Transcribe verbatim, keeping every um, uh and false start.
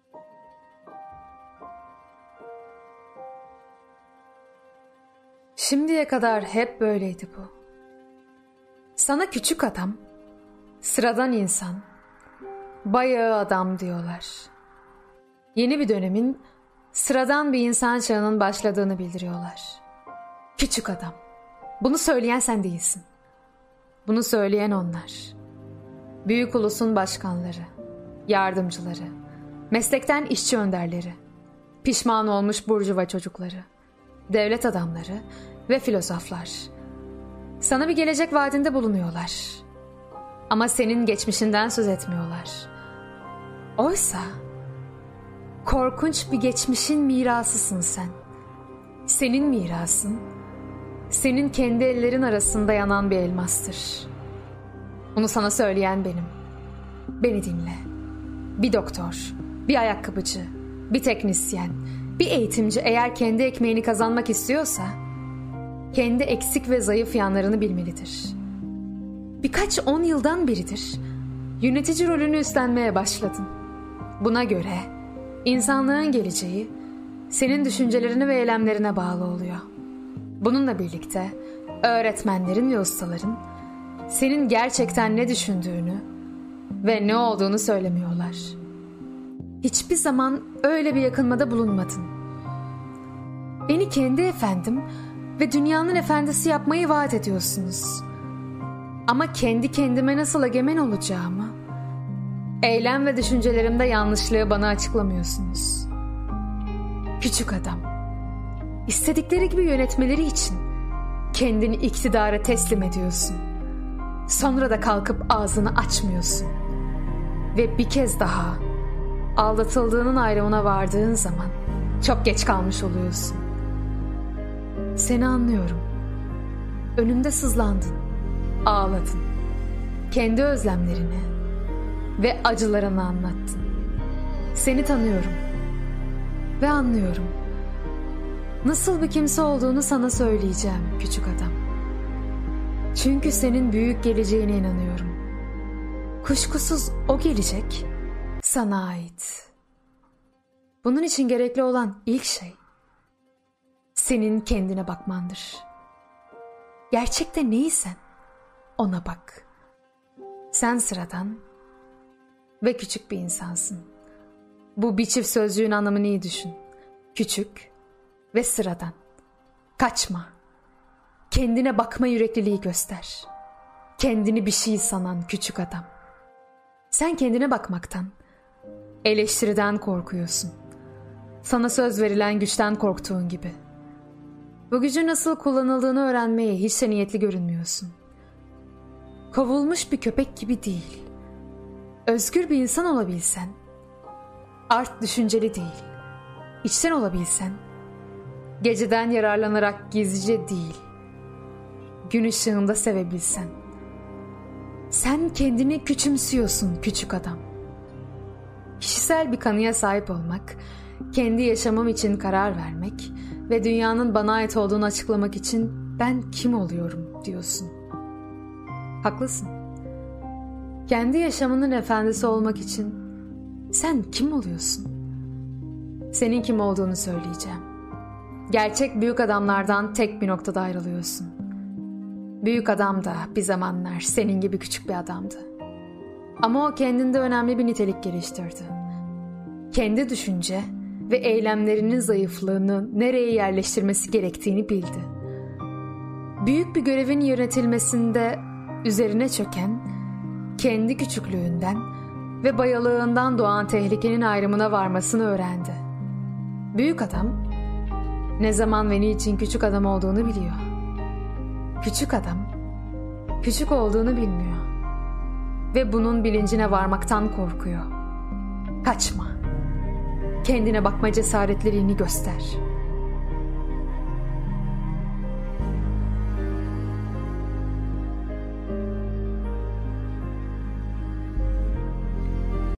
Şimdiye kadar hep böyleydi bu. Sana küçük adam, sıradan insan, bayağı adam diyorlar. Yeni bir dönemin sıradan bir insan çağının başladığını bildiriyorlar. Küçük adam. Bunu söyleyen sen değilsin. Bunu söyleyen onlar. Büyük ulusun başkanları, yardımcıları, meslekten işçi önderleri, pişman olmuş burjuva çocukları, devlet adamları ve filozoflar. Sana bir gelecek vaadinde bulunuyorlar. Ama senin geçmişinden söz etmiyorlar. Oysa korkunç bir geçmişin mirasısın sen. Senin mirasın, senin kendi ellerin arasında yanan bir elmastır. Bunu sana söyleyen benim. Beni dinle. Bir doktor, bir ayakkabıcı, bir teknisyen, bir eğitimci eğer kendi ekmeğini kazanmak istiyorsa, kendi eksik ve zayıf yanlarını bilmelidir. Birkaç on yıldan beridir yönetici rolünü üstlenmeye başladın. Buna göre insanlığın geleceği senin düşüncelerine ve eylemlerine bağlı oluyor. Bununla birlikte öğretmenlerin ve ustaların senin gerçekten ne düşündüğünü ve ne olduğunu söylemiyorlar. Hiçbir zaman öyle bir yakınmada bulunmadın. Beni kendi efendim ve dünyanın efendisi yapmayı vaat ediyorsunuz. Ama kendi kendime nasıl egemen olacağımı, eylem ve düşüncelerimde yanlışlığı bana açıklamıyorsunuz. Küçük adam, istedikleri gibi yönetmeleri için kendini iktidara teslim ediyorsun. Sonra da kalkıp ağzını açmıyorsun. Ve bir kez daha aldatıldığının ayrımına vardığın zaman çok geç kalmış oluyorsun. Seni anlıyorum. Önümde sızlandın, ağladın. Kendi özlemlerini ve acılarını anlattın. Seni tanıyorum ve anlıyorum. Nasıl bir kimse olduğunu sana söyleyeceğim küçük adam. Çünkü senin büyük geleceğine inanıyorum. Kuşkusuz o gelecek sana ait. Bunun için gerekli olan ilk şey senin kendine bakmandır. Gerçekte neysen ona bak. Sen sıradan ve küçük bir insansın. Bu bir çift sözcüğün anlamını iyi düşün. Küçük ve sıradan. Kaçma. Kendine bakma yürekliliği göster. Kendini bir şey sanan küçük adam. Sen kendine bakmaktan, eleştiriden korkuyorsun. Sana söz verilen güçten korktuğun gibi. Bu gücün nasıl kullanıldığını öğrenmeye hiç de niyetli görünmüyorsun. Kovulmuş bir köpek gibi değil. Özgür bir insan olabilsen, art düşünceli değil, içten olabilsen, geceden yararlanarak gizlice değil, gün ışığında sevebilsen. Sen kendini küçümsüyorsun küçük adam. Kişisel bir kanıya sahip olmak, kendi yaşamım için karar vermek ve dünyanın bana ait olduğunu açıklamak için ben kim oluyorum diyorsun. Haklısın. Kendi yaşamının efendisi olmak için sen kim oluyorsun? Senin kim olduğunu söyleyeceğim. Gerçek büyük adamlardan tek bir noktada ayrılıyorsun. Büyük adam da bir zamanlar senin gibi küçük bir adamdı. Ama o kendinde önemli bir nitelik geliştirdi. Kendi düşünce ve eylemlerinin zayıflığını nereye yerleştirmesi gerektiğini bildi. Büyük bir görevin yönetilmesinde üzerine çöken, kendi küçüklüğünden ve bayalığından doğan tehlikenin ayrımına varmasını öğrendi. Büyük adam, ne zaman ve niçin küçük adam olduğunu biliyor. Küçük adam, küçük olduğunu bilmiyor. Ve bunun bilincine varmaktan korkuyor. Kaçma. Kendine bakma cesaretliliğini göster.